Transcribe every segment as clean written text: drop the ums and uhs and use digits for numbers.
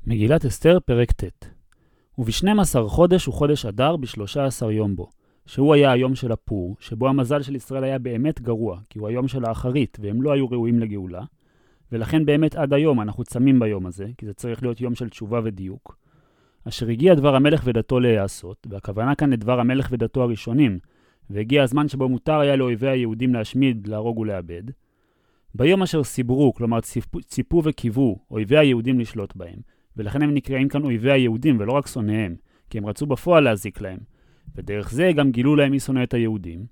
מגילת אסתר, פרק ט'. וב-12 חודש הוא חודש אדר ב-13 יום בו, שהוא היה היום של הפור, שבו המזל של ישראל היה באמת גרוע, כי הוא היום של האחרית, והם לא היו ראויים לגאולה, ולכן באמת עד היום אנחנו צמים ביום הזה, כי זה צריך להיות יום של תשובה ודיוק. אשר הגיע דבר המלך ודתו להיעשות, והכוונה כאן לדבר המלך ודתו הראשונים, והגיע הזמן שבו מותר היה לאויבי היהודים להשמיד, להרוג ולאבד. ביום אשר סיברו, כלומר ציפו וקיוו, אויבי היהודים לשלוט בהם, ולכן הם נקראים כאן אויבי היהודים ולא רק שונאיהם, כי הם רצו בפועל להזיק להם, ודרך זה גם גילו להם מי שונא את היהודים.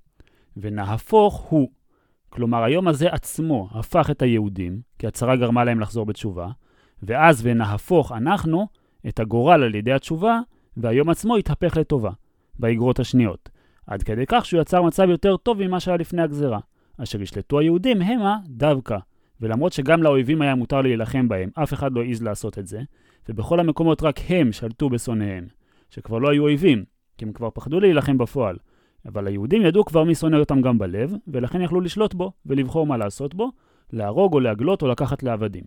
ונהפוך הוא, כלומר היום הזה עצמו הפך את היהודים, כי הצרה גרמה להם לחזור בתשובה, ואז ונהפוך אנחנו את הגורל על ידי התשובה, והיום עצמו התהפך לטובה, באגרות השניות, עד כדי כך שהוא יצר מצב יותר טוב ממה שהיה לפני הגזרה, אשר ישלטו היהודים המה דווקא, ולמרות שגם לאויבים היה מותר להילחם בהם, אף אחד לא העז לעשות את זה, ובכל המקומות רק הם שלטו בשונאיהם, שכבר לא היו אויבים, כי הם כבר פחדו להילחם בפועל, אבל היהודים ידעו כבר מי שונא אותם גם בלב, ולכן יכלו לשלוט בו ולבחור מה לעשות בו, להרוג או להגלות או לקחת לעבדים.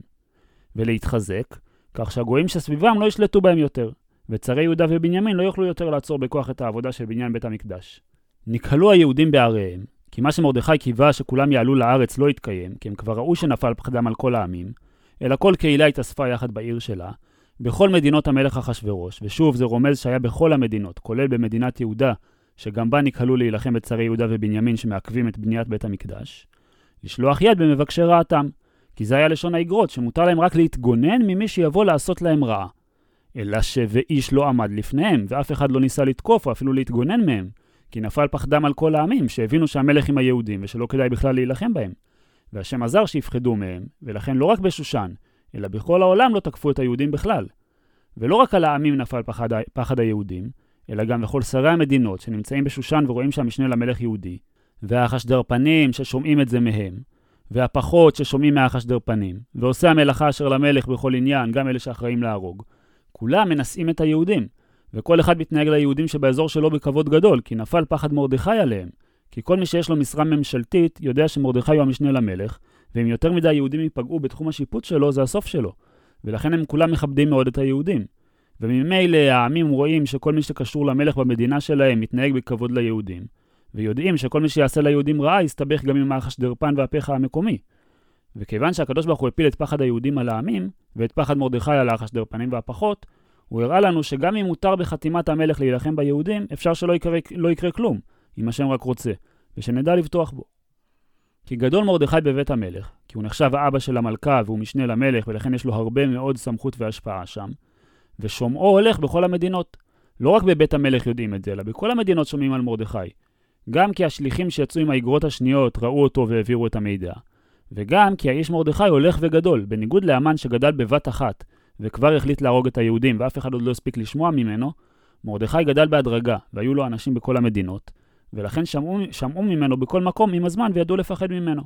ולהתחזק, כך שהגויים שסביבם לא ישלטו בהם יותר, וצרי יהודה ובנימין לא יוכלו יותר לעצור בכוח את העבודה של בניין בית המקדש. נקהלו היהודים בעריהם, כי מה שמרדכי קיווה שכולם יעלו לארץ לא יתקיים, כי הם כבר ראו שנפל פחדם על כל העמים, אלא כל קהילה התאספה יחד בעיר שלה, בכל מדינות המלך אחשוורוש, ושוב זה רומז שהיה בכל המדינות, כולל במדינת יהודה, שגם בה נקהלו להילחם בצרי יהודה ובנימין שמעכבים את בניית בית המקדש, לשלוח יד במבקשי רעתם, כי זה היה לשון האגרות, שמותר להם רק להתגונן ממי שיבוא לעשות להם רעה. אלא ואיש לא עמד לפניהם, ואף אחד לא ניסה לתקוף או אפילו להתגונן מהם, כי נפל פחדם על כל העמים, שהבינו שהמלך עם היהודים ושלא כדאי בכלל להילחם בהם. והשם עזר שיפחדו מהם, ולכן לא רק בשושן, אלא בכל העולם לא תקפו את היהודים בכלל. ולא רק על העמים נפל פחד היהודים, אלא גם לכל שרי המדינות שנמצאים בשושן ורואים שהמשנה למלך יהודי, והחשדרפנים ששומעים את זה מהם, והפחות ששומעים מהחשדרפנים, ועושה המלאכה אשר למלך בכל עניין, גם אלה שאחראים להרוג. כולם מנסים את היהודים, וכל אחד מתנהג ליהודים שבאזור שלו בכבוד גדול, כי נפל פחד מרדכי עליהם. כי כל מי שיש לו משרה ממשלתית יודע שמרדכי הוא המשנה למלך, ואם יותר מדי יהודים ייפגעו בתחום השיפוט שלו, זה הסוף שלו. ולכן הם כולם מכבדים מאוד את היהודים. וממילא העמים רואים שכל מי שקשור למלך במדינה שלהם מתנהג בכבוד ליהודים, ויודעים שכל מי שיעשה ליהודים רעה יסתבך גם עם החשדרפן והפחה המקומי. וכיוון שהקדוש ברוך הוא הפיל את פחד היהודים על העמים, ואת פחד מרדכי על החשדרפנים והפחות, הוא הראה לנו שגם אם מותר בחתימת המלך להילחם ביהודים, אפשר שלא יקרה כלום, אם השם רק רוצה, ושנדע לבטוח בו. כי גדול מרדכי בבית המלך, כי הוא נחשב האבא של המלכה והוא משנה למלך, ולכן יש לו הרבה מאוד סמכות והשפעה שם. ושומעו הולך בכל המדינות. לא רק בבית המלך יודעים את זה, אלא בכל המדינות שומעים על מרדכי. גם כי השליחים שיצאו עם האגרות השניות ראו אותו והעבירו את המידע. וגם כי האיש מרדכי הולך וגדול, בניגוד להמן שגדל בבת אחת, וכבר החליט להרוג את היהודים, ואף אחד עוד לא הספיק לשמוע ממנו, מרדכי גדל בהדרגה, והיו לו אנשים בכל המדינות, ולכן שמעו ממנו בכל מקום עם הזמן וידעו לפחד ממנו.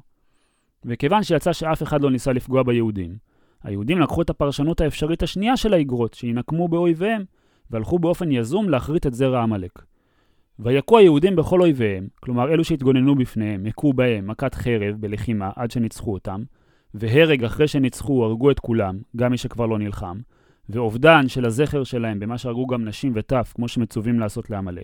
וכיוון שיצא שאף אחד לא ניסה לפגוע ביהודים, היהודים לקחו את הפרשנות האפשרית השנייה של האגרות, שינקמו באויביהם, והלכו באופן יזום להחריט את זרע עמלק. ויקו היהודים בכל אויביהם, כלומר אלו שהתגוננו בפניהם, הכו בהם מכת חרב בלחימה עד שניצחו אותם, והרג אחרי שניצחו הרגו את כולם, גם מי שכבר לא נלחם, ואובדן של הזכר שלהם במה שהרגו גם נשים וטף, כמו שמצווים לעשות לעמלק.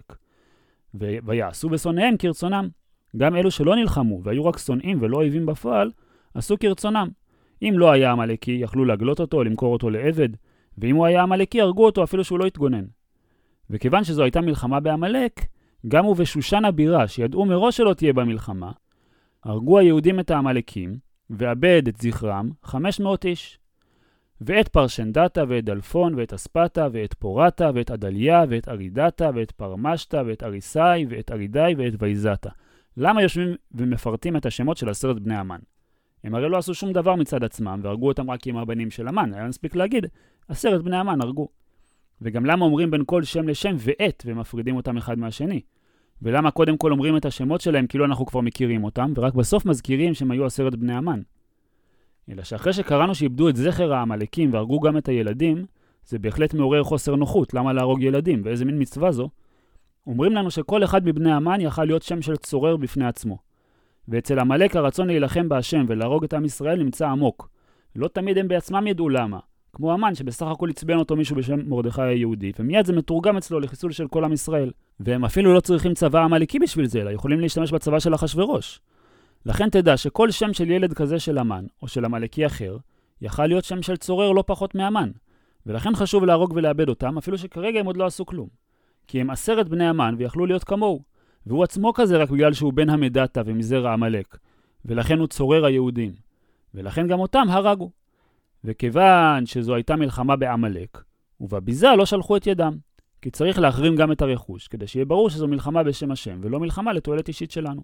ויעשו בשונאיהם כרצונם. גם אלו שלא נלחמו והיו רק שונאים ולא אויבים בפועל, עשו כרצונם. אם לא היה עמלקי, יכלו להגלות אותו, למכור אותו לעבד, ואם הוא היה עמלקי, הרגו אותו אפילו שהוא לא התגונן. וכיוון שזו הייתה מלחמה בעמלק, גם הוא ושושן הבירה, שידעו מראש שלא תהיה במלחמה, הרגו היהודים את העמלקים, ואבד את זכרם 500 איש. ואת פרשנדתה, ואת דלפון, ואת אספתה, ואת פורתה, ואת עדליה, ואת ארידתה, ואת פרמשתה, ואת אריסאי, ואת ארידאי, ואת וייזתה. למה יושבים ומפרטים את השמות של 10 בני המן? הם הרי לא עשו שום דבר מצד עצמם, והרגו אותם רק עם הבנים של המן. היה מספיק להגיד, 10 בני המן הרגו. וגם למה אומרים בין כל שם לשם ואת, ומפרידים אותם אחד מהשני? ולמה קודם כל אומרים את השמות שלהם כאילו אנחנו כבר מכירים אותם, ורק בסוף מזכירים שהם היו 10 בני המן? אלא שאחרי שקראנו שאיבדו את זכר העמלקים והרגו גם את הילדים, זה בהחלט מעורר חוסר נוחות. למה להרוג ילדים? ואיזה מין מצווה זו? אומרים לנו שכל אחד מבני המן יכל להיות שם של צורר בפני עצמו. ואצל עמלק הרצון להילחם בהשם ולהרוג את עם ישראל נמצא עמוק. לא תמיד הם בעצמם ידעו למה. כמו המן שבסך הכל הצבן אותו מישהו בשם מרדכי היהודי, ומיד זה מתורגם אצלו לחיסול של כל עם ישראל. והם אפילו לא צריכים צבא עמלקי בשביל זה, אלא יכולים להשתמש בצבא של אחשוורוש. לכן תדע שכל שם של ילד כזה של המן, או של עמלקי אחר, יכל להיות שם של צורר לא פחות מהמן. ולכן חשוב להרוג ולאבד אותם, אפילו שכרגע הם עוד לא עשו כלום. כי הם 10 בני המן ויכלו להיות כמוהו. והוא עצמו כזה רק בגלל שהוא בן המדתה ומזרע עמלק. ולכן הוא צורר היהודים. ולכן גם אותם הרגו. וכיוון שזו הייתה מלחמה בעמלק, ובביזה לא שלחו את ידם. כי צריך להחרים גם את הרכוש, כדי שיהיה ברור שזו מלחמה בשם השם, ולא מלחמה לתועלת אישית שלנו.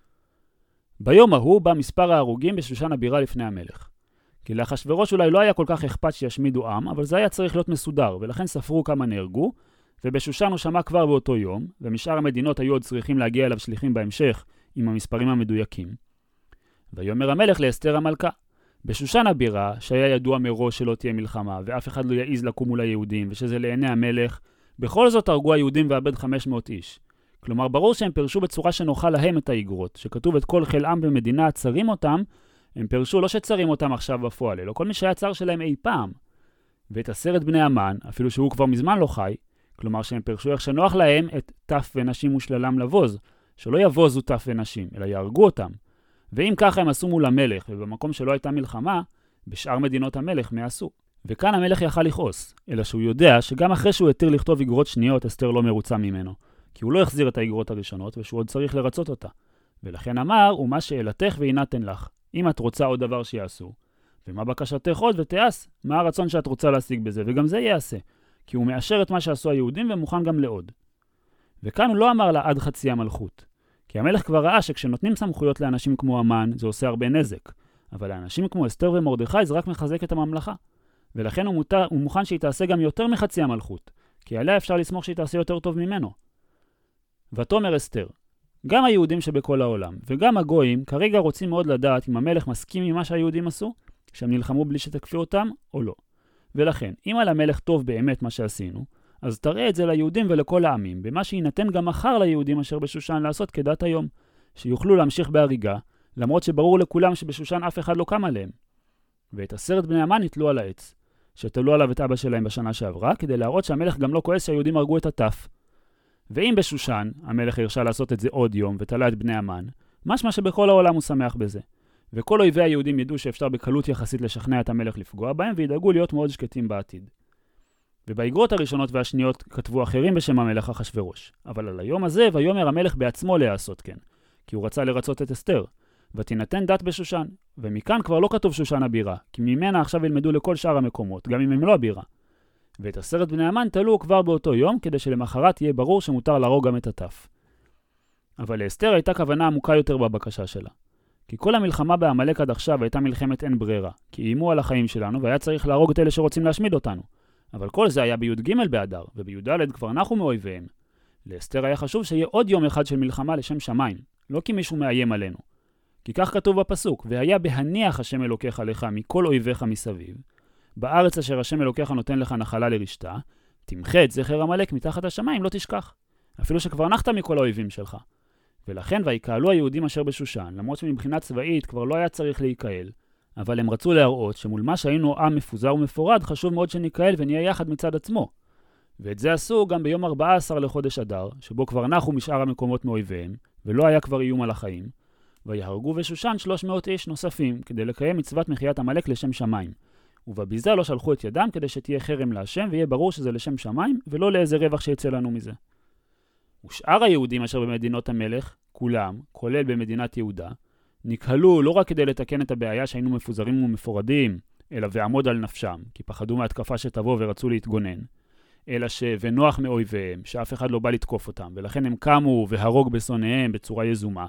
ביום ההוא בא מספר ההרוגים בשושן הבירה לפני המלך. כי לאחשוורוש אולי לא היה כל כך אכפת שישמידו עם, אבל זה היה צריך להיות מסודר, ולכן ספרו כמה נהרגו, ובשושן הוא שמע כבר באותו יום, ומשאר המדינות היו עוד צריכים להגיע אליו שליחים בהמשך, עם המספרים המדויקים. ויאמר המלך לאסתר המלכה, בשושן הבירה, שהיה ידוע מראש שלא תהיה מלחמה, ואף אחד לא יעיז לקום מול היהודים, ושזה לעיני המלך, בכל זאת הרגו היהודים ואבד 500 איש. כלומר, ברור שהם פרשו בצורה שנוחה להם את האיגרות, שכתוב את כל חיל עם במדינה צרים אותם, הם פרשו לא שצרים אותם עכשיו בפועל, אלא כל מי שהיה צר שלהם אי פעם. ואת 10 בני המן, אפילו שהוא כבר מזמן לא חי, כלומר שהם פרשו איך שנוח להם את טף ונשים ושללם לבוז, שלא יבוזו טף ונשים, אלא יהרגו אותם. ואם ככה הם עשו מול המלך, ובמקום שלא הייתה מלחמה, בשאר מדינות המלך מה עשו. וכאן המלך יכל לכעוס, אלא שהוא יודע שגם אחרי שהוא התיר לכתוב איגרות שניות, אסתר לא מרוצה ממנו, כי הוא לא החזיר את האיגרות הראשונות, ושהוא עוד צריך לרצות אותה. ולכן אמר, ומה שאלתך ויינתן לך, אם את רוצה עוד דבר שיעשו, ומה בקשתך עוד ותעש, מה הרצון שאת רוצה להשיג בזה, וגם זה יעשה, כי הוא מאשר את מה שעשו היהודים ומוכן גם לעוד. וכאן הוא לא אמר לה עד חצי המלכות, כי המלך כבר ראה שכשנותנים סמכויות לאנשים כמו המן, זה עושה הרבה נזק, אבל לאנשים כמו אסתר ומרדכי זה רק מחזק את הממלכה. ולכן הוא מוכן שהיא תעשה גם יותר מחצי המלכות, כי עליה אפשר לסמוך שהיא תעשה יותר טוב ממנו. ותאמר אסתר, גם היהודים שבכל העולם, וגם הגויים, כרגע רוצים מאוד לדעת אם המלך מסכים עם מה שהיהודים עשו, שהם נלחמו בלי שתקפיא אותם, או לא. ולכן, אם על המלך טוב באמת מה שעשינו, אז תראה את זה ליהודים ולכל העמים, במה שיינתן גם מחר ליהודים אשר בשושן לעשות כדת היום, שיוכלו להמשיך בהריגה, למרות שברור לכולם שבשושן אף אחד לא קם עליהם. ואת 10 בני המן נתלו על העץ, שתלו עליו את אבא שלהם בשנה שעברה, כדי להראות שהמלך גם לא כועס שהיהודים הרגו את הטף. ואם בשושן המלך הרשה לעשות את זה עוד יום ותלה את בני המן, משמע שבכל העולם הוא שמח בזה. וכל אויבי היהודים ידעו שאפשר בקלות יחסית לשכנע את המלך לפגוע בהם, וידאגו להיות מאוד שקטים בעתיד. ובאיגרות הראשונות והשניות כתבו אחרים בשם המלך אחשוורוש. אבל על היום הזה ויאמר המלך בעצמו לעשות כן, כי הוא רצה לרצות את אסתר. ותינתן דת בשושן, ומכאן כבר לא כתוב שושן הבירה, כי ממנה עכשיו ילמדו לכל שאר המקומות, גם אם הם לא הבירה. ואת 10 בני המן תלו כבר באותו יום, כדי שלמחרת יהיה ברור שמותר להרוג גם את הטף. אבל לאסתר הייתה כוונה עמוקה יותר בבקשה שלה. כי כל המלחמה בעמלק עד עכשיו הייתה מלחמת אין ברירה, כי איימו על החיים שלנו והיה צריך להרוג את אלה שרוצים להשמיד אותנו. אבל כל זה היה בי"ג באדר, ובי"ד כבר נחו מאויביהם. לאסתר היה חשוב שיהיה עוד יום אחד של מלחמה לשם שמיים, לא כי מישהו מאיים עלינו. כי כך כתוב בפסוק, והיה בהניח השם אלוקיך לך מכל אויביך מסביב, בארץ אשר השם אלוקיך נותן לך נחלה לרשתה, תמחה את זכר עמלק מתחת השמיים, לא תשכח. אפילו שכבר נחת מכל האויבים שלך. ולכן ויקהלו היהודים אשר בשושן, למרות שמבחינה צבאית כבר לא היה צריך להיקהל, אבל הם רצו להראות שמול מה שהיינו עם מפוזר ומפורד, חשוב מאוד שניקהל ונהיה יחד מצד עצמו. ואת זה עשו גם ביום 14 לחודש אדר, שבו כבר נחו משאר המקומות מאויביהם, ולא היה כבר איום על החיים, ויהרגו בשושן 300 איש נוספים, כדי לקיים מצוות מחיית עמלק לשם שמיים. ובביזה לא שלחו את ידם כדי שתהיה חרם להשם, ויהיה ברור שזה לשם שמיים, ולא לאיזה רווח שיצא לנו מזה. ושאר היהודים אשר במדינות המלך, כולם, כולל במדינת יהודה, נקהלו לא רק כדי לתקן את הבעיה שהיינו מפוזרים ומפורדים, אלא ועמוד על נפשם, כי פחדו מהתקפה שתבוא ורצו להתגונן, אלא ונוח מאויביהם, שאף אחד לא בא לתקוף אותם, ולכן הם קמו והרוג בשונאיהם בצורה יזומה,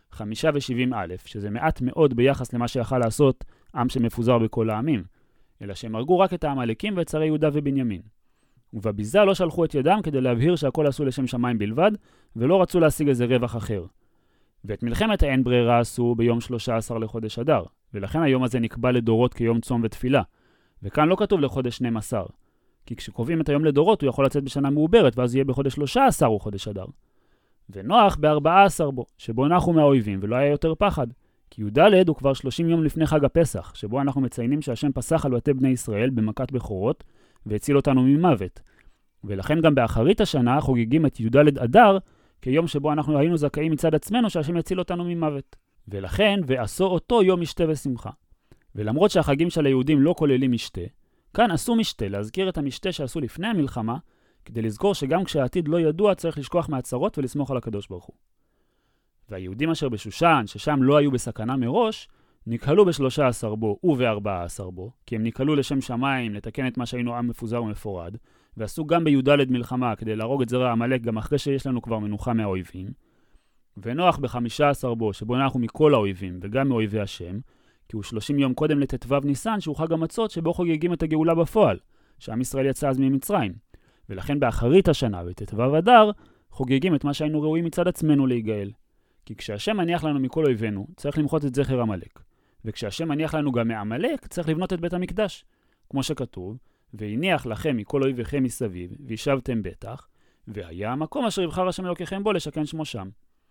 75,000, שזה מעט מאוד ביחס למה שיכל לעשות עם שמפוזר בכל העמים, אלא שהם הרגו רק את העמלקים ואת שרי יהודה ובנימין. ובביזה לא שלחו את ידם כדי להבהיר שהכל עשו לשם שמיים בלבד, ולא רצו להשיג איזה רווח אחר. ואת מלחמת האין ברירה עשו ביום 13 לחודש אדר, ולכן היום הזה נקבע לדורות כיום צום ותפילה. וכאן לא כתוב לחודש 12, כי כשקובעים את היום לדורות הוא יכול לצאת בשנה מעוברת, ואז יהיה בחודש 13 הוא חודש אדר. ונוח ב-14 בו, שבו נחו מהאויבים ולא היה יותר פחד, כי י"ד הוא כבר 30 יום לפני חג הפסח, שבו אנחנו מציינים שהשם פסח על בתי בני ישראל במכת בכורות, והציל אותנו ממוות. ולכן גם באחרית השנה חוגגים את י"ד אדר, כיום שבו אנחנו היינו זכאים מצד עצמנו שהשם יציל אותנו ממוות. ולכן, ועשו אותו יום משתה ושמחה. ולמרות שהחגים של היהודים לא כוללים משתה, כאן עשו משתה, להזכיר את המשתה שעשו לפני המלחמה, כדי לזכור שגם כשהעתיד לא ידוע צריך לשכוח מהצרות ולסמוך על הקדוש ברוך הוא. והיהודים אשר בשושן, ששם לא היו בסכנה מראש, נקהלו ב13 בו וב14 בו, כי הם נקהלו לשם שמיים לתקן את מה שהיינו עם מפוזר ומפורד, ועשו גם בי"ד מלחמה כדי להרוג את זרע עמלק גם אחרי שיש לנו כבר מנוחה מהאויבים, ונוח ב15 בו, שבו אנחנו מכל האויבים וגם מאויבי השם, כי הוא 30 יום קודם לט"ו ניסן, שהוא חג המצות שבו חוגגים את הגאולה בפועל, שעם ישראל יצא אז ממצרים. ולכן באחרית השנה בט"ו אדר חוגגים את מה שהיינו ראויים מצד עצמנו להיגאל. כי כשהשם מניח לנו מכל אויבינו, צריך למחות את זכר עמלק. וכשהשם מניח לנו גם מעמלק, צריך לבנות את בית המקדש. כמו שכתוב, והניח לכם מכל אויביכם מסביב, וישבתם בטח, והיה המקום אשר יבחר השם אלוקיכם בו לשכן שמו שם.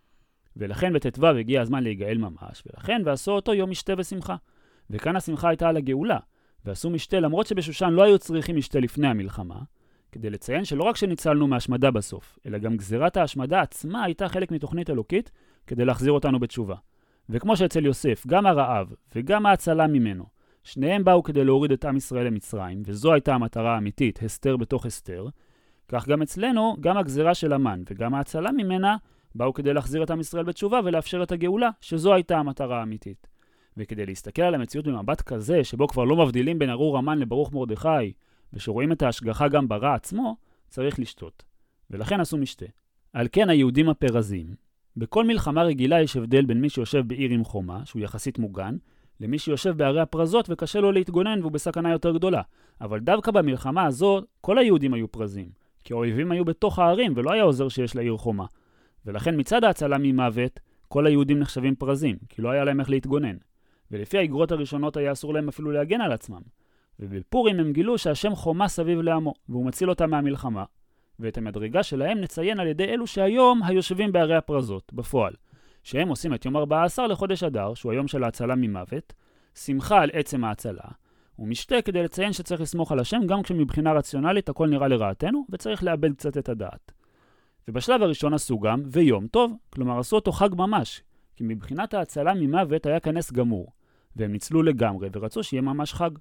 ולכן בט"ו הגיע הזמן להיגאל ממש, ולכן ועשו אותו יום משתה ושמחה. וכאן השמחה הייתה על הגאולה, ועשו משתה למרות שבשושן לא היו צריכים משתה לפני המלחמה, כדי לציין שלא רק שניצלנו מהשמדה בסוף, אלא גם גזירת ההשמדה עצמה הייתה חלק מתוכנית אלוקית, כדי להחזיר אותנו בתשובה. וכמו שאצל יוסף, גם הרעב וגם ההצלה ממנו, שניהם באו כדי להוריד את עם ישראל למצרים, וזו הייתה המטרה האמיתית, הסתר בתוך הסתר, כך גם אצלנו, גם הגזירה של המן וגם ההצלה ממנה, באו כדי להחזיר את עם ישראל בתשובה ולאפשר את הגאולה, שזו הייתה המטרה האמיתית. וכדי להסתכל על המציאות במבט כזה, שבו כבר לא מבדילים בין ארור המן לברוך מרדכי, ושרואים את ההשגחה גם ברע עצמו, צריך לשתות. ולכן עשו משתה. על כן היהודים הפרזים, בכל מלחמה רגילה יש הבדל בין מי שיושב בעיר עם חומה, שהוא יחסית מוגן, למי שיושב בערי הפרזות וקשה לו להתגונן והוא בסכנה יותר גדולה. אבל דווקא במלחמה הזו, כל היהודים היו פרזים, כי האויבים היו בתוך הערים ולא היה עוזר שיש לעיר חומה. ולכן מצד ההצלה ממוות, כל היהודים נחשבים פרזים, כי לא היה להם איך להתגונן. ולפי האגרות הראשונות היה אסור להם אפילו להגן על עצמם. ובפורים הם גילו שהשם חומה סביב לעמו, והוא מציל אותם מהמלחמה. ואת המדרגה שלהם נציין על ידי אלו שהיום היושבים בערי הפרזות, בפועל. שהם עושים את יום 14 לחודש אדר, שהוא היום של ההצלה ממוות, שמחה על עצם ההצלה, ומשתה כדי לציין שצריך לסמוך על השם גם כשמבחינה רציונלית הכל נראה לרעתנו, וצריך לאבד קצת את הדעת. ובשלב הראשון עשו גם ויום טוב, כלומר עשו אותו חג ממש, כי מבחינת ההצלה ממוות היה כנס גמור, והם ניצלו לגמרי ורצו שיהיה ממש חג.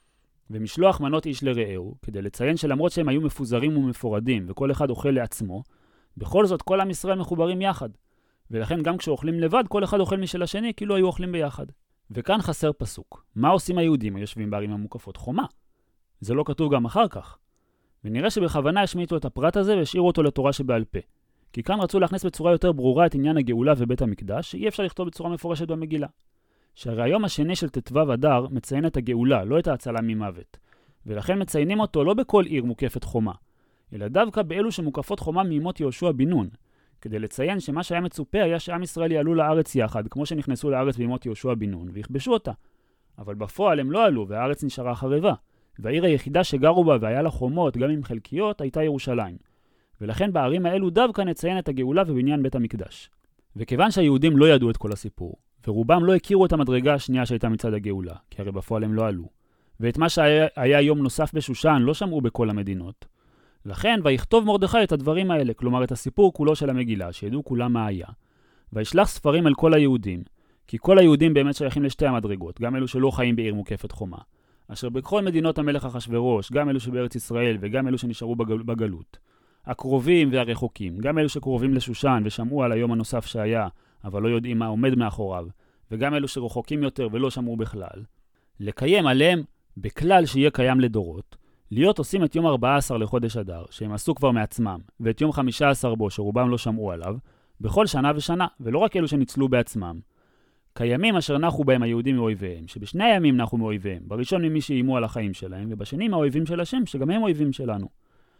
ומשלוח מנות איש לרעהו, כדי לציין שלמרות שהם היו מפוזרים ומפורדים וכל אחד אוכל לעצמו, בכל זאת כל עם ישראל מחוברים יחד. ולכן גם כשאוכלים לבד, כל אחד אוכל משל השני כאילו היו אוכלים ביחד. וכאן חסר פסוק. מה עושים היהודים היושבים בערים המוקפות? חומה. זה לא כתוב גם אחר כך. ונראה שבכוונה השמיטו את הפרט הזה והשאירו אותו לתורה שבעל פה. כי כאן רצו להכניס בצורה יותר ברורה את עניין הגאולה ובית המקדש, שאי אפשר לכתוב בצורה מפורשת במגילה. שהרי היום השני של ט"ו אדר מציין את הגאולה, לא את ההצלה ממוות. ולכן מציינים אותו לא בכל עיר מוקפת חומה, אלא דווקא באלו שמוקפות חומה מימות יהושע בן נון, כדי לציין שמה שהיה מצופה היה שעם ישראל יעלו לארץ יחד, כמו שנכנסו לארץ בימות יהושע בן נון, ויכבשו אותה. אבל בפועל הם לא עלו, והארץ נשארה חרבה. והעיר היחידה שגרו בה והיה לה חומות, גם עם חלקיות, הייתה ירושלים. ולכן בערים האלו דווקא נציין את הגאולה ובניין בית המקדש. וכיוון שהיהודים לא ידעו את כל הסיפור, ורובם לא הכירו את המדרגה השנייה שהייתה מצד הגאולה, כי הרי בפועל הם לא עלו. ואת מה שהיה יום נוסף בשושן לא שמעו בכל המדינות. לכן, ויכתוב מרדכי את הדברים האלה, כלומר את הסיפור כולו של המגילה, שידעו כולם מה היה. וישלח ספרים אל כל היהודים, כי כל היהודים באמת שייכים לשתי המדרגות, גם אלו שלא חיים בעיר מוקפת חומה. אשר בכל מדינות המלך אחשוורוש, גם אלו שבארץ ישראל וגם אלו שנשארו בגלות. הקרובים והרחוקים, גם אלו שקרובים לשושן ושמעו על היום הנוסף שהיה, אבל לא יודעים מה עומד מאחוריו, וגם אלו שרחוקים יותר ולא שמעו בכלל. לקיים עליהם בכלל שיהיה קיים לדורות, להיות עושים את יום 14 לחודש אדר, שהם עשו כבר מעצמם, ואת יום 15 בו שרובם לא שמעו עליו, בכל שנה ושנה, ולא רק אלו שניצלו בעצמם. קיימים אשר נחו בהם היהודים מאויביהם, שבשני הימים נחו מאויביהם, בראשון ממי שאיימו על החיים שלהם, ובשני מהאויבים של השם, שגם הם אויבים שלנו.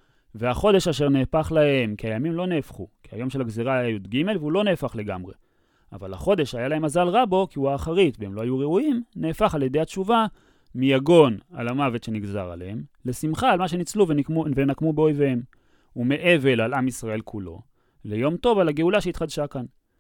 והחודש אשר נהפך להם, כי הימים לא נהפכו, כי היום של הגזירה היה י"ג והוא לא נהפך לגמרי. אבל החודש היה להם מזל רע בו, כי הוא האחרית, והם לא היו ראויים, נהפך על ידי התשובה מיגון על המוות שנגזר עליהם, לשמחה על מה שניצלו ונקמו באויביהם, ומאבל על עם ישראל כולו, ליום טוב על הגאולה שהתחדשה כאן.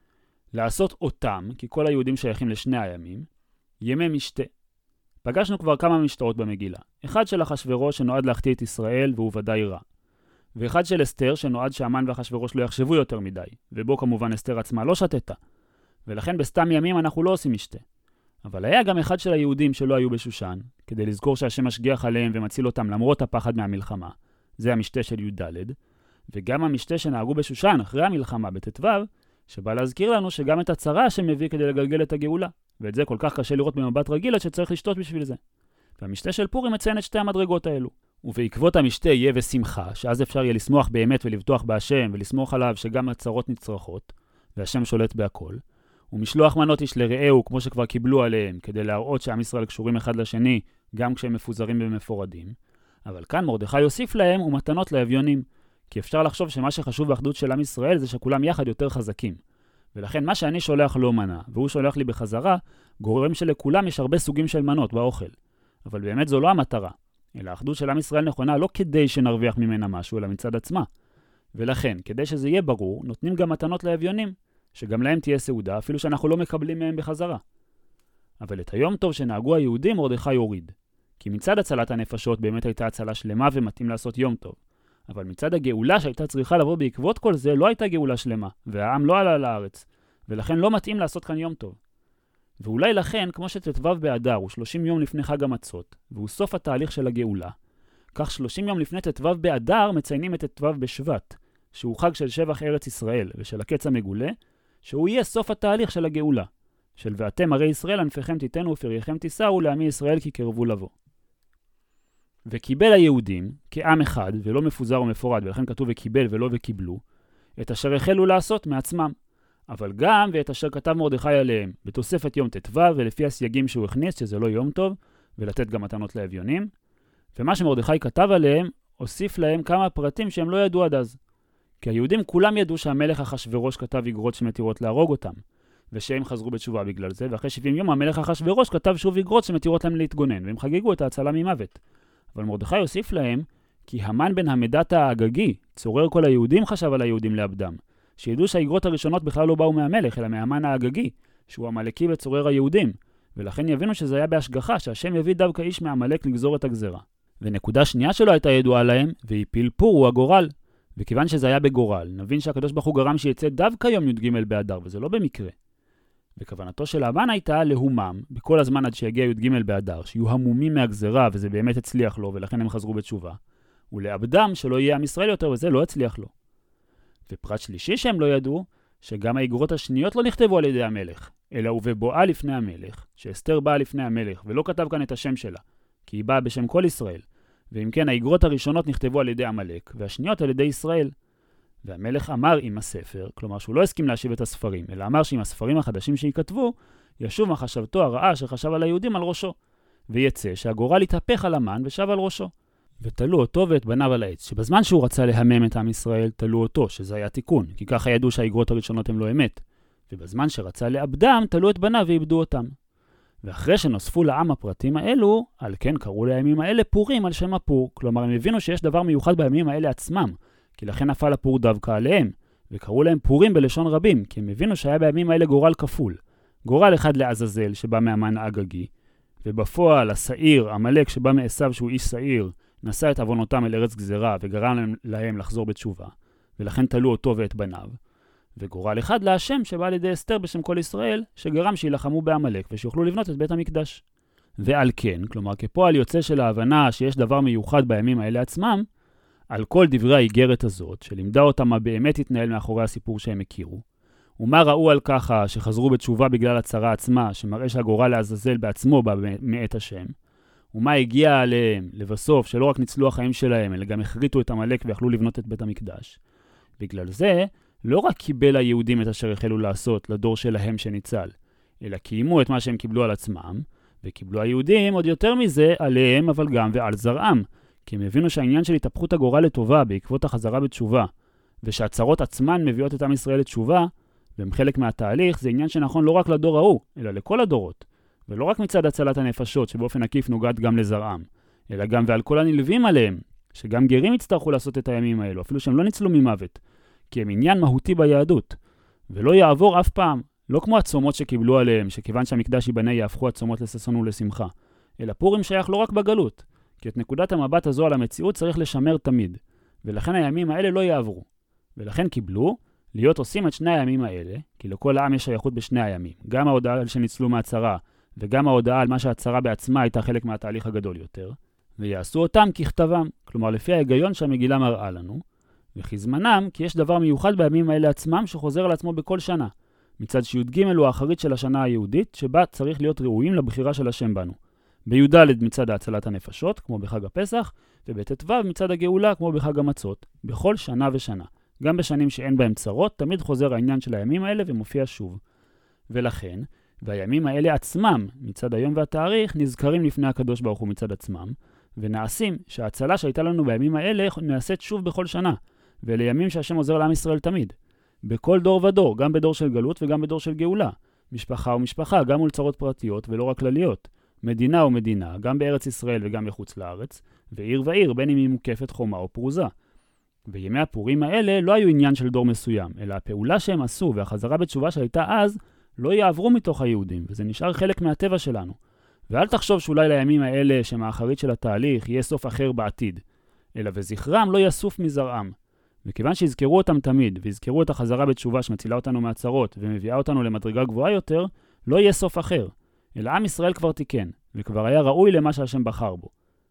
לעשות אותם, כי כל היהודים שייכים לשני הימים, ימי משתה. פגשנו כבר כמה משתאות במגילה. אחד של אחשוורוש שנועד להחטיא את ישראל והוא ודאי רע. ואחד של אסתר שנועד שהמן ואחשוורוש לא יחשבו יותר מדי, ובו כמובן אסתר עצמה לא שתתה. ולכן בסתם ימים אנחנו לא עושים משתה. אבל היה גם אחד של היהודים שלא היו בשושן, כדי לזכור שהשם משגיח עליהם ומציל אותם למרות הפחד מהמלחמה. זה המשתה של י"ד. וגם המשתה שנהגו בשושן אחרי המלחמה בט"ו, שבא להזכיר לנו שגם את הצרה השם מביא כדי לגלגל את הגאולה. ואת זה כל כך קשה לראות במבט רגיל עד שצריך לשתות בשביל זה. והמשתה של פורים מציין את שתי המדרגות האלו. ובעקבות המשתה יהיה ושמחה, שאז אפשר יהיה לשמוח באמת ולבטוח בהשם ולסמוך עליו שגם הצרות נצרכות, והשם שולט בהכל. ומשלוח מנות איש לרעהו כמו שכבר קיבלו עליהם, כדי להראות שעם ישראל קשורים אחד לשני, גם כשהם מפוזרים ומפורדים. אבל כאן מרדכי יוסיף להם ומתנות לאביונים, כי אפשר לחשוב שמה שחשוב באחדות של עם ישראל זה שכולם יחד יותר חזקים. ולכן מה שאני שולח לו מנה, והוא שולח לי בחזרה, גורם שלכולם יש הרבה סוגים של מנות באוכל. אבל באמת זו לא המטרה, אלא האחדות של עם ישראל נכונה לא כדי שנרוויח ממנה משהו, אלא מצד עצמה. ולכן, כדי שזה יהיה ברור, נותנים גם מתנות לאביונים, שגם להם תהיה סעודה, אפילו שאנחנו לא מקבלים מהם בחזרה. אבל את היום טוב שנהגו היהודים מרדכי הוריד. כי מצד הצלת הנפשות באמת הייתה הצלה שלמה ומתאים לעשות יום טוב. אבל מצד הגאולה שהייתה צריכה לבוא בעקבות כל זה, לא הייתה גאולה שלמה, והעם לא עלה לארץ, ולכן לא מתאים לעשות כאן יום טוב. ואולי לכן, כמו שט"ו באדר הוא 30 יום לפני חג המצות, והוא סוף התהליך של הגאולה, כך 30 יום לפני ט"ו באדר מציינים את ט"ו בשבט, שהוא חג של שבח ארץ ישראל ושל הקץ המגולה, שהוא יהיה סוף התהליך של הגאולה, של ואתם הרי ישראל ענפיכם תיתנו ופרייכם תישאו לעמי ישראל כי קרבו לבוא. וקיבל היהודים כעם אחד ולא מפוזר ומפורד, ולכן כתוב וקיבל ולא וקיבלו, את אשר החלו לעשות מעצמם, אבל גם ואת אשר כתב מרדכי עליהם בתוספת יום ט"ו ולפי הסייגים שהוא הכניס שזה לא יום טוב, ולתת גם מתנות לאביונים, ומה שמרדכי כתב עליהם הוסיף להם כמה פרטים שהם לא ידעו עד אז. כי היהודים כולם ידעו שהמלך אחשוורוש כתב איגרות שמתירות להרוג אותם, ושהם חזרו בתשובה בגלל זה, ואחרי 70 יום המלך אחשוורוש כתב שוב איגרות שמתירות להם להתגונן, והם חגגו את ההצלה ממוות. אבל מרדכי הוסיף להם, כי המן בן המדת האגגי, צורר כל היהודים חשב על היהודים לאבדם, שידעו שהאיגרות הראשונות בכלל לא באו מהמלך, אלא מהמן האגגי, שהוא המלכי וצורר היהודים, ולכן יבינו שזה היה בהשגחה, שהשם יביא דווקא איש מהמלך לגזור את הגזרה. ונקודה שנייה שלו הייתה ידועה להם, והפיל פור הוא הגורל. וכיוון שזה היה בגורל, נבין שהקדוש ברוך הוא גרם שיצא דווקא יום י"ג באדר, וזה לא במקרה. וכוונתו של המן הייתה להומם, בכל הזמן עד שיגיע י"ג באדר, שיהיו המומים מהגזרה, וזה באמת הצליח לו, ולכן הם חזרו בתשובה. ולאבדם שלא יהיה עם ישראל יותר, וזה לא הצליח לו. ופרט שלישי שהם לא ידעו, שגם האיגרות השניות לא נכתבו על ידי המלך, אלא ובבואה לפני המלך, שאסתר באה לפני המלך, ולא כתב כאן את השם שלה, כי היא באה בשם כל ישראל. ואם כן, האיגרות הראשונות נכתבו על ידי המלך, והשניות על ידי ישראל. והמלך אמר עם הספר, כלומר שהוא לא הסכים להשיב את הספרים, אלא אמר שעם הספרים החדשים שייכתבו, ישוב מחשבתו הרעה שחשב על היהודים על ראשו. ויצא שהגורל התהפך על המן ושב על ראשו. ותלו אותו ואת בניו על העץ, שבזמן שהוא רצה להמם את עם ישראל, תלו אותו, שזה היה תיקון, כי ככה ידעו שהאיגרות הראשונות הם לא אמת. ובזמן שרצה לאבדם, תלו את בניו ואיבדו אותם. ואחרי שנוספו לעם הפרטים האלו, על כן קראו לימים האלה פורים על שם הפור. כלומר, הם הבינו שיש דבר מיוחד בימים האלה עצמם, כי לכן נפל הפור דווקא עליהם, וקראו להם פורים בלשון רבים, כי הם הבינו שהיה בימים האלה גורל כפול. גורל אחד לעזאזל שבא מהמן האגגי, ובפועל השעיר, המלך שבא מעשיו שהוא איש שעיר, נשא את עוונותם אל ארץ גזרה וגרם להם לחזור בתשובה, ולכן תלו אותו ואת בניו. וגורל אחד להשם שבא על ידי אסתר בשם כל ישראל, שגרם שילחמו בעמלק ושיוכלו לבנות את בית המקדש. ועל כן, כלומר כפועל יוצא של ההבנה שיש דבר מיוחד בימים האלה עצמם, על כל דברי האיגרת הזאת, שלימדה אותם מה באמת התנהל מאחורי הסיפור שהם הכירו, ומה ראו על ככה שחזרו בתשובה בגלל הצרה עצמה, שמראה שהגורל לעזאזל בעצמו בא מאת השם, ומה הגיע עליהם לבסוף שלא רק ניצלו החיים שלהם, אלא גם החריטו את עמלק ויכלו לבנות את בית המקדש. בגלל זה, לא רק קיבל היהודים את אשר החלו לעשות לדור שלהם שניצל, אלא קיימו את מה שהם קיבלו על עצמם, וקיבלו היהודים עוד יותר מזה עליהם אבל גם ועל זרעם, כי הם הבינו שהעניין של התהפכות הגורל לטובה בעקבות החזרה בתשובה, ושהצרות עצמן מביאות את עם ישראל לתשובה, והם חלק מהתהליך, זה עניין שנכון לא רק לדור ההוא, אלא לכל הדורות, ולא רק מצד הצלת הנפשות שבאופן עקיף נוגעת גם לזרעם, אלא גם ועל כל הנלווים עליהם, שגם גרים יצטרכו לעשות את הימים האלו, אפילו שהם לא ניצלו ממוות, כי הם עניין מהותי ביהדות, ולא יעבור אף פעם, לא כמו הצומות שקיבלו עליהם, שכיוון שהמקדש ייבנה יהפכו הצומות לששון ולשמחה, אלא פורים שייך לא רק בגלות, כי את נקודת המבט הזו על המציאות צריך לשמר תמיד, ולכן הימים האלה לא יעברו. ולכן קיבלו להיות עושים את שני הימים האלה, כי לכל העם יש שייכות בשני הימים, גם ההודעה על שניצלו מהצרה, וגם ההודעה על מה שהצרה בעצמה הייתה חלק מהתהליך הגדול יותר, ויעשו אותם ככתבם, כלומר לפי ההיגיון שהמגילה מראה לנו, וכי זמנם, כי יש דבר מיוחד בימים האלה עצמם שחוזר על עצמו בכל שנה, מצד שי"ג הוא האחרית של השנה היהודית, שבה צריך להיות ראויים לבחירה של השם בנו. בי"ד מצד הצלת הנפשות, כמו בחג הפסח, ובט"ו מצד הגאולה, כמו בחג המצות, בכל שנה ושנה. גם בשנים שאין בהם צרות, תמיד חוזר העניין של הימים האלה ומופיע שוב. ולכן, והימים האלה עצמם, מצד היום והתאריך, נזכרים לפני הקדוש ברוך הוא מצד עצמם, ונעשים שההצלה שהייתה לנו בימים האלה נעשית שוב בכל שנה, ואלה ימים שהשם עוזר לעם ישראל תמיד. בכל דור ודור, גם בדור של גלות וגם בדור של גאולה. משפחה ומשפחה, גם מול צרות פרטיות ולא רק כלליות. מדינה ומדינה, גם בארץ ישראל וגם בחוץ לארץ, ועיר ועיר, בין אם היא מוקפת חומה או פרוזה. וימי הפורים האלה לא היו עניין של דור מסוים, אלא הפעולה שהם עשו והחזרה בתשובה שהייתה אז, לא יעברו מתוך היהודים, וזה נשאר חלק מהטבע שלנו. ואל תחשוב שאולי לימים האלה שמאחרית של התהליך יהיה סוף אחר בעתיד, אלא וזכרם לא יסוף מזרעם. וכיוון שיזכרו אותם תמיד, ויזכרו את החזרה בתשובה שמצילה אותנו מהצרות ומביאה אותנו למדרגה גבוהה יותר, לא יהיה סוף אחר, אלא עם ישראל כבר תיקן, וכבר היה ראוי למה שהשם בחר בו.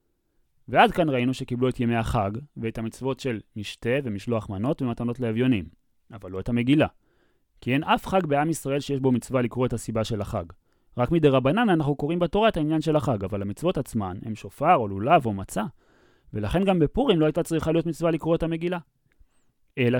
ועד כאן ראינו שקיבלו את ימי החג, ואת המצוות של משתה ומשלוח מנות ומתנות לאביונים, אבל לא את המגילה. כי אין אף חג בעם ישראל שיש בו מצווה לקרוא את הסיבה של החג. רק מדי רבנן אנחנו קוראים בתורה את העניין של החג, אבל המצוות עצמן הם שופר או לולב או מצה, ולכן גם בפורים לא הייתה צריכה להיות מצווה לקרוא את המגילה. אלא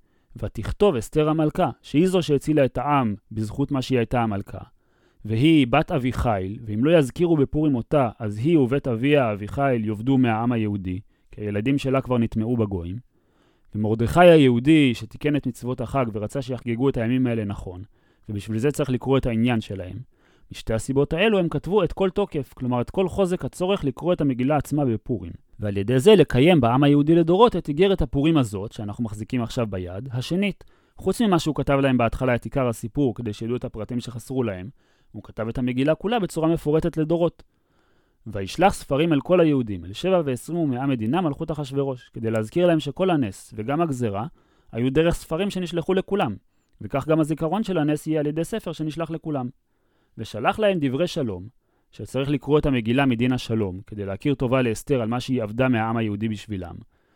ותכתוב אסתר המלכה, שהיא זו שהצילה את העם בזכות מה שהיא הייתה המלכה, והיא בת אביחיל, ואם לא יזכירו בפורים אותה, אז היא ובית אביה אביחיל יובדו מהעם היהודי, כי הילדים שלה כבר נטמעו בגויים. ומרדכי היהודי שתיקן את מצוות החג ורצה שיחגגו את הימים האלה נכון, ובשביל זה צריך לקרוא את העניין שלהם. משתי הסיבות האלו הם כתבו את כל תוקף, כלומר את כל חוזק הצורך לקרוא את המגילה עצמה בפורים. ועל ידי זה לקיים בעם היהודי לדורות את איגרת הפורים הזאת, שאנחנו מחזיקים עכשיו ביד, השנית. חוץ ממה שהוא כתב להם בהתחלה את עיקר הסיפור, כדי שידעו את הפרטים שחסרו להם, הוא כתב את המגילה כולה בצורה מפורטת לדורות. וישלח ספרים אל כל היהודים, אל 7 ו20 ומאה מדינה מלכות אחשוורוש, כדי להזכיר להם שכל הנס וגם הגזרה היו דרך ספרים שנשלחו לכולם, וכך גם הזיכרון של הנס יהיה על ידי ספר שנשלח לכולם. ושלח להם דברי שלום, שצריך לקרוא את המגילה מדין השלום, כדי להכיר טובה לאסתר על מה שהיא עבדה מהעם היהודי בשבילם.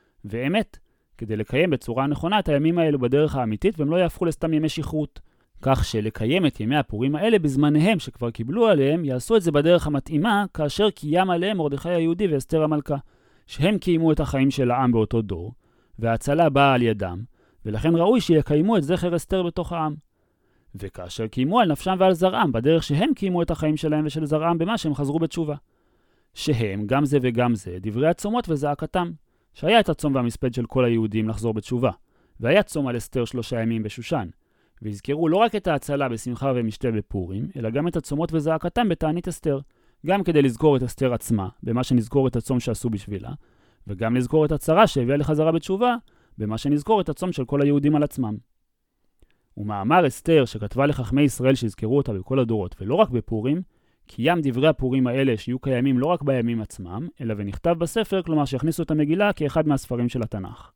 ואמת, כדי לקיים בצורה הנכונה את הימים האלו בדרך האמיתית, והם לא יהפכו לסתם ימי שכרות. כך שלקיים את ימי הפורים האלה בזמניהם שכבר קיבלו עליהם, יעשו את זה בדרך המתאימה, כאשר קיים עליהם מרדכי היהודי ואסתר המלכה, שהם קיימו את החיים של העם באותו דור, וההצלה באה על ידם, ולכן ראוי שיקיימו את זכר אסתר בתוך העם. וכאשר קיימו על נפשם ועל זרעם, בדרך שהם קיימו את החיים שלהם ושל זרעם במה שהם חזרו בתשובה. שהם, גם זה וגם זה, דברי הצומות וזעקתם, שהיה את הצום והמספד של כל היהודים לחזור בתשובה, והיה צום על אסתר 3 ימים בשושן, והזכרו לא רק את ההצלה בשמחה ומשתה בפורים, אלא גם את הצומות וזעקתם בתענית אסתר, גם כדי לזכור את אסתר עצמה, במה שנזכור את הצום שעשו בשבילה, וגם לזכור את הצרה שהביאה לחזרה בתשובה, במה שנזכור את הצום של כל היהודים על עצמם. ומאמר אסתר שכתבה לחכמי ישראל שהזכרו אותה בכל הדורות, ולא רק בפורים, קיים דברי הפורים האלה שיהיו קיימים לא רק בימים עצמם, אלא ונכתב בספר, כלומר שהכניסו את המגילה כאחד מהספרים של התנ"ך.